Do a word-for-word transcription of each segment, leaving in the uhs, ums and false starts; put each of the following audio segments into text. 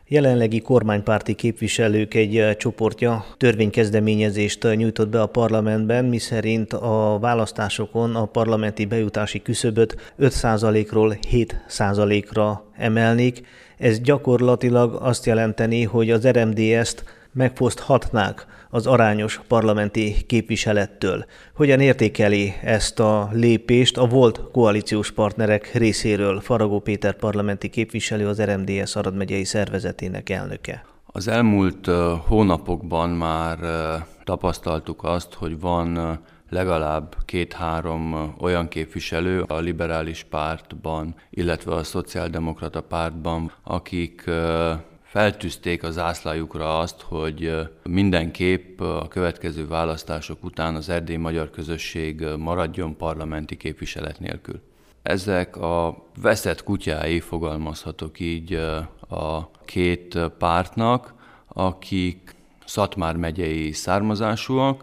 Jelenlegi kormánypárti képviselők egy csoportja törvénykezdeményezést nyújtott be a parlamentben, miszerint a választásokon a parlamenti bejutási küszöböt öt százalékról hét százalékra emelnék. Ez gyakorlatilag azt jelenteni, hogy az er em dé es-t megfoszthatnák az arányos parlamenti képviselettől. Hogyan értékeli ezt a lépést a volt koalíciós partnerek részéről Faragó Péter parlamenti képviselő, az er em dé es Arad megyei szervezetének elnöke? Az elmúlt hónapokban már tapasztaltuk azt, hogy van legalább két-három olyan képviselő a liberális pártban, illetve a szociáldemokrata pártban, akik feltűzték az zászlajukra azt, hogy mindenképp a következő választások után az erdélyi magyar közösség maradjon parlamenti képviselet nélkül. Ezek a veszett kutyái, fogalmazhatok így, a két pártnak, akik Szatmár megyei származásúak,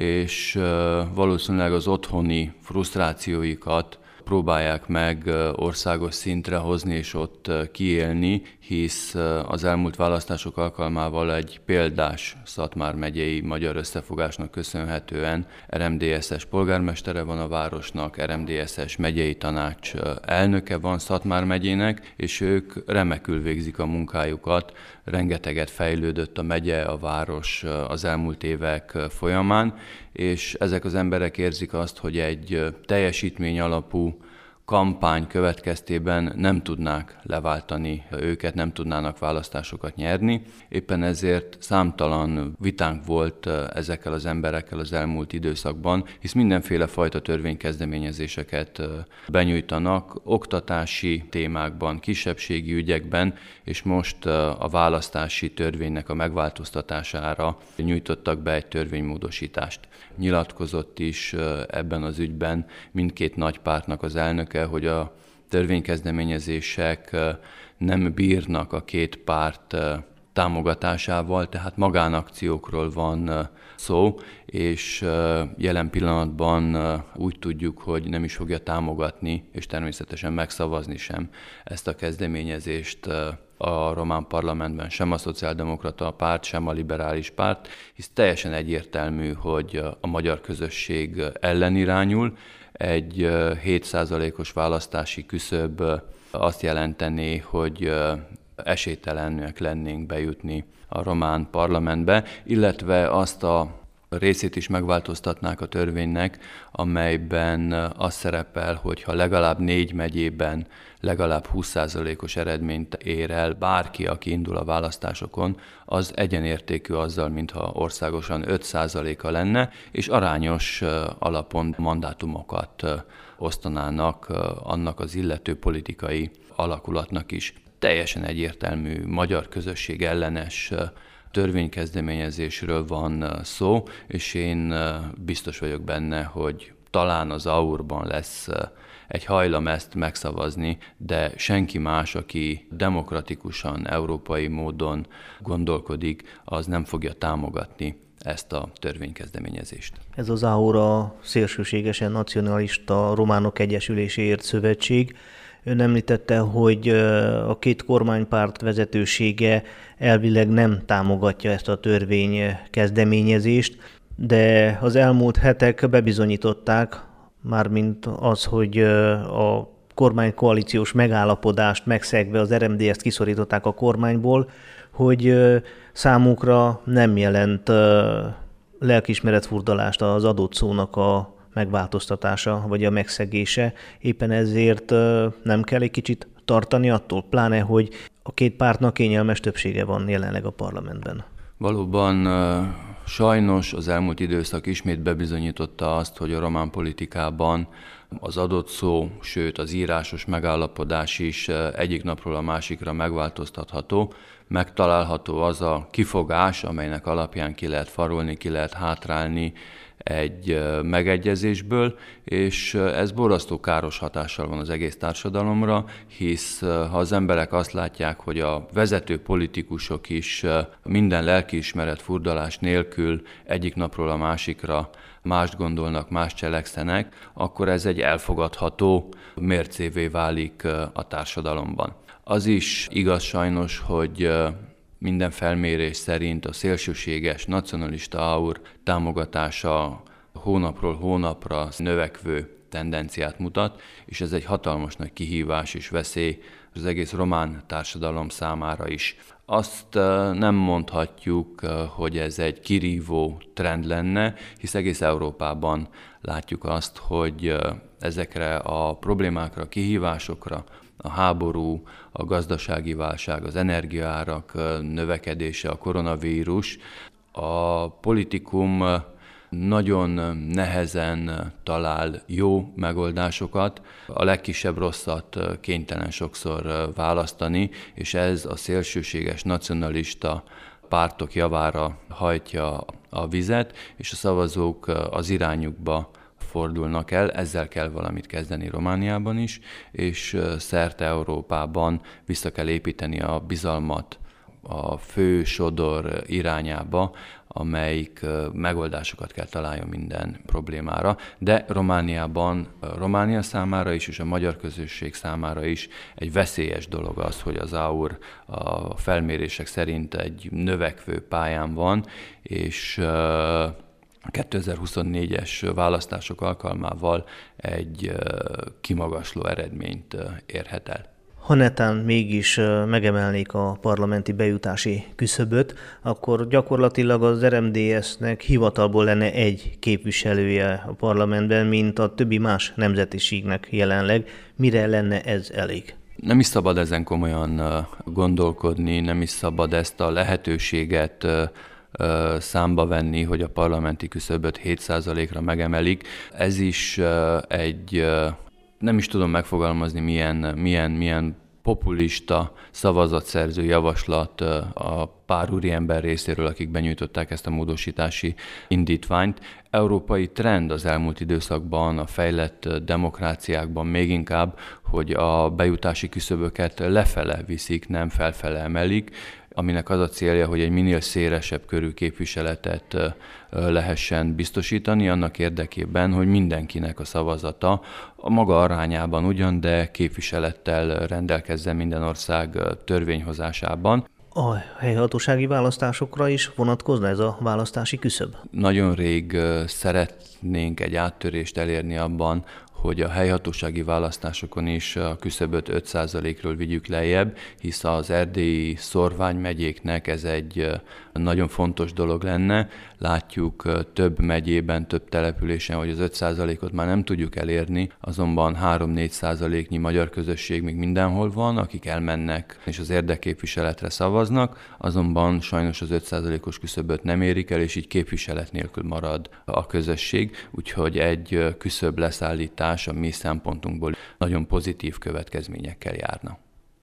és valószínűleg az otthoni frusztrációikat próbálják meg országos szintre hozni és ott kiélni, hisz az elmúlt választások alkalmával egy példás Szatmár megyei magyar összefogásnak köszönhetően er em dé es-es polgármestere van a városnak, er em dé es-es megyei tanács elnöke van Szatmár megyének, és ők remekül végzik a munkájukat, rengeteget fejlődött a megye, a város az elmúlt évek folyamán, és ezek az emberek érzik azt, hogy egy teljesítmény alapú kampány következtében nem tudnák leváltani őket, nem tudnának választásokat nyerni. Éppen ezért számtalan vitánk volt ezekkel az emberekkel az elmúlt időszakban, hisz mindenféle fajta törvénykezdeményezéseket benyújtanak oktatási témákban, kisebbségi ügyekben, és most a választási törvénynek a megváltoztatására nyújtottak be egy törvénymódosítást. Nyilatkozott is ebben az ügyben mindkét nagy pártnak az elnöke, hogy a törvénykezdeményezések nem bírnak a két párt támogatásával, tehát magánakciókról van szó, és jelen pillanatban úgy tudjuk, hogy nem is fogja támogatni, és természetesen megszavazni sem ezt a kezdeményezést a román parlamentben sem a szociáldemokrata párt, sem a liberális párt, hisz teljesen egyértelmű, hogy a magyar közösség ellen irányul. Egy hét százalékos választási küszöb azt jelentené, hogy esélytelennek lennénk bejutni a román parlamentbe, illetve azt a részét is megváltoztatnák a törvénynek, amelyben az szerepel, hogy ha legalább négy megyében legalább húsz százalékos eredményt ér el bárki, aki indul a választásokon, az egyenértékű azzal, mintha országosan öt százaléka lenne, és arányos alapon mandátumokat osztanának annak az illető politikai alakulatnak is. Teljesen egyértelmű magyar közösség ellenes törvénykezdeményezésről van szó, és én biztos vagyok benne, hogy talán az á u er-ban lesz egy hajlam ezt megszavazni, de senki más, aki demokratikusan, európai módon gondolkodik, az nem fogja támogatni ezt a törvénykezdeményezést. Ez az á u er a szélsőségesen nacionalista Románok Egyesüléséért Szövetség. Ön említette, hogy a két kormánypárt vezetősége elvileg nem támogatja ezt a törvény kezdeményezést, de az elmúlt hetek bebizonyították, mármint az, hogy a kormánykoalíciós megállapodást megszegve az er em dé es-t kiszorították a kormányból, hogy számukra nem jelent lelkiismeretfurdalást az adott szónak a megváltoztatása vagy a megszegése. Éppen ezért nem kell egy kicsit tartani attól, pláne, hogy a két pártnak kényelmes többsége van jelenleg a parlamentben. Valóban sajnos az elmúlt időszak ismét bebizonyította azt, hogy a román politikában az adott szó, sőt az írásos megállapodás is egyik napról a másikra megváltoztatható, megtalálható az a kifogás, amelynek alapján ki lehet farolni, ki lehet hátrálni egy megegyezésből, és ez borzasztó káros hatással van az egész társadalomra, hisz ha az emberek azt látják, hogy a vezető politikusok is minden lelkiismeret furdalás nélkül egyik napról a másikra mást gondolnak, más cselekszenek, akkor ez egy elfogadható mércévé válik a társadalomban. Az is igaz sajnos, hogy Minden felmérés szerint a szélsőséges nacionalista áur támogatása hónapról hónapra növekvő tendenciát mutat, és ez egy hatalmas nagy kihívás és veszély az egész román társadalom számára is. Azt nem mondhatjuk, hogy ez egy kirívó trend lenne, hisz egész Európában látjuk azt, hogy ezekre a problémákra, kihívásokra, a háború, a gazdasági válság, az energiaárak növekedése, a koronavírus, a politikum nagyon nehezen talál jó megoldásokat, a legkisebb rosszat kénytelen sokszor választani, és ez a szélsőséges nacionalista pártok javára hajtja a vizet, és a szavazók az irányukba fordulnak el, ezzel kell valamit kezdeni Romániában is, és szerte Európában vissza kell építeni a bizalmat a fő sodor irányába, amelyik megoldásokat kell találjon minden problémára, de Romániában, Románia számára is, és a magyar közösség számára is egy veszélyes dolog az, hogy az áur a felmérések szerint egy növekvő pályán van, és a kétezer-huszonnégyes választások alkalmával egy kimagasló eredményt érhet el. Ha netán mégis megemelnék a parlamenti bejutási küszöböt, akkor gyakorlatilag az er em dé es-nek hivatalból lenne egy képviselője a parlamentben, mint a többi más nemzetiségnek jelenleg. Mire lenne ez elég? Nem is szabad ezen komolyan gondolkodni, nem is szabad ezt a lehetőséget számba venni, hogy a parlamenti küszöböt hét százalékra megemelik. Ez is egy, nem is tudom megfogalmazni, milyen, milyen, milyen populista szavazatszerző javaslat a pár úriember részéről, akik benyújtották ezt a módosítási indítványt. Európai trend az elmúlt időszakban, a fejlett demokráciákban még inkább, hogy a bejutási küszöböket lefele viszik, nem felfele emelik, aminek az a célja, hogy egy minél szélesebb körű képviseletet lehessen biztosítani, annak érdekében, hogy mindenkinek a szavazata a maga arányában ugyan, de képviselettel rendelkezzen minden ország törvényhozásában. A helyhatósági választásokra is vonatkozna ez a választási küszöb? Nagyon rég szeretnénk egy áttörést elérni abban, hogy a helyhatósági választásokon is a küszöböt öt százalékról vigyük lejjebb, hisz az erdélyi szorványmegyéknek ez egy nagyon fontos dolog lenne. Látjuk több megyében, több településen, hogy az öt százalékot már nem tudjuk elérni, azonban három-négy százaléknyi magyar közösség még mindenhol van, akik elmennek és az érdekképviseletre szavaznak, azonban sajnos az öt százalékos küszöböt nem érik el, és így képviselet nélkül marad a közösség, úgyhogy egy küszöb leszállítás a mi szempontunkból nagyon pozitív következményekkel járna.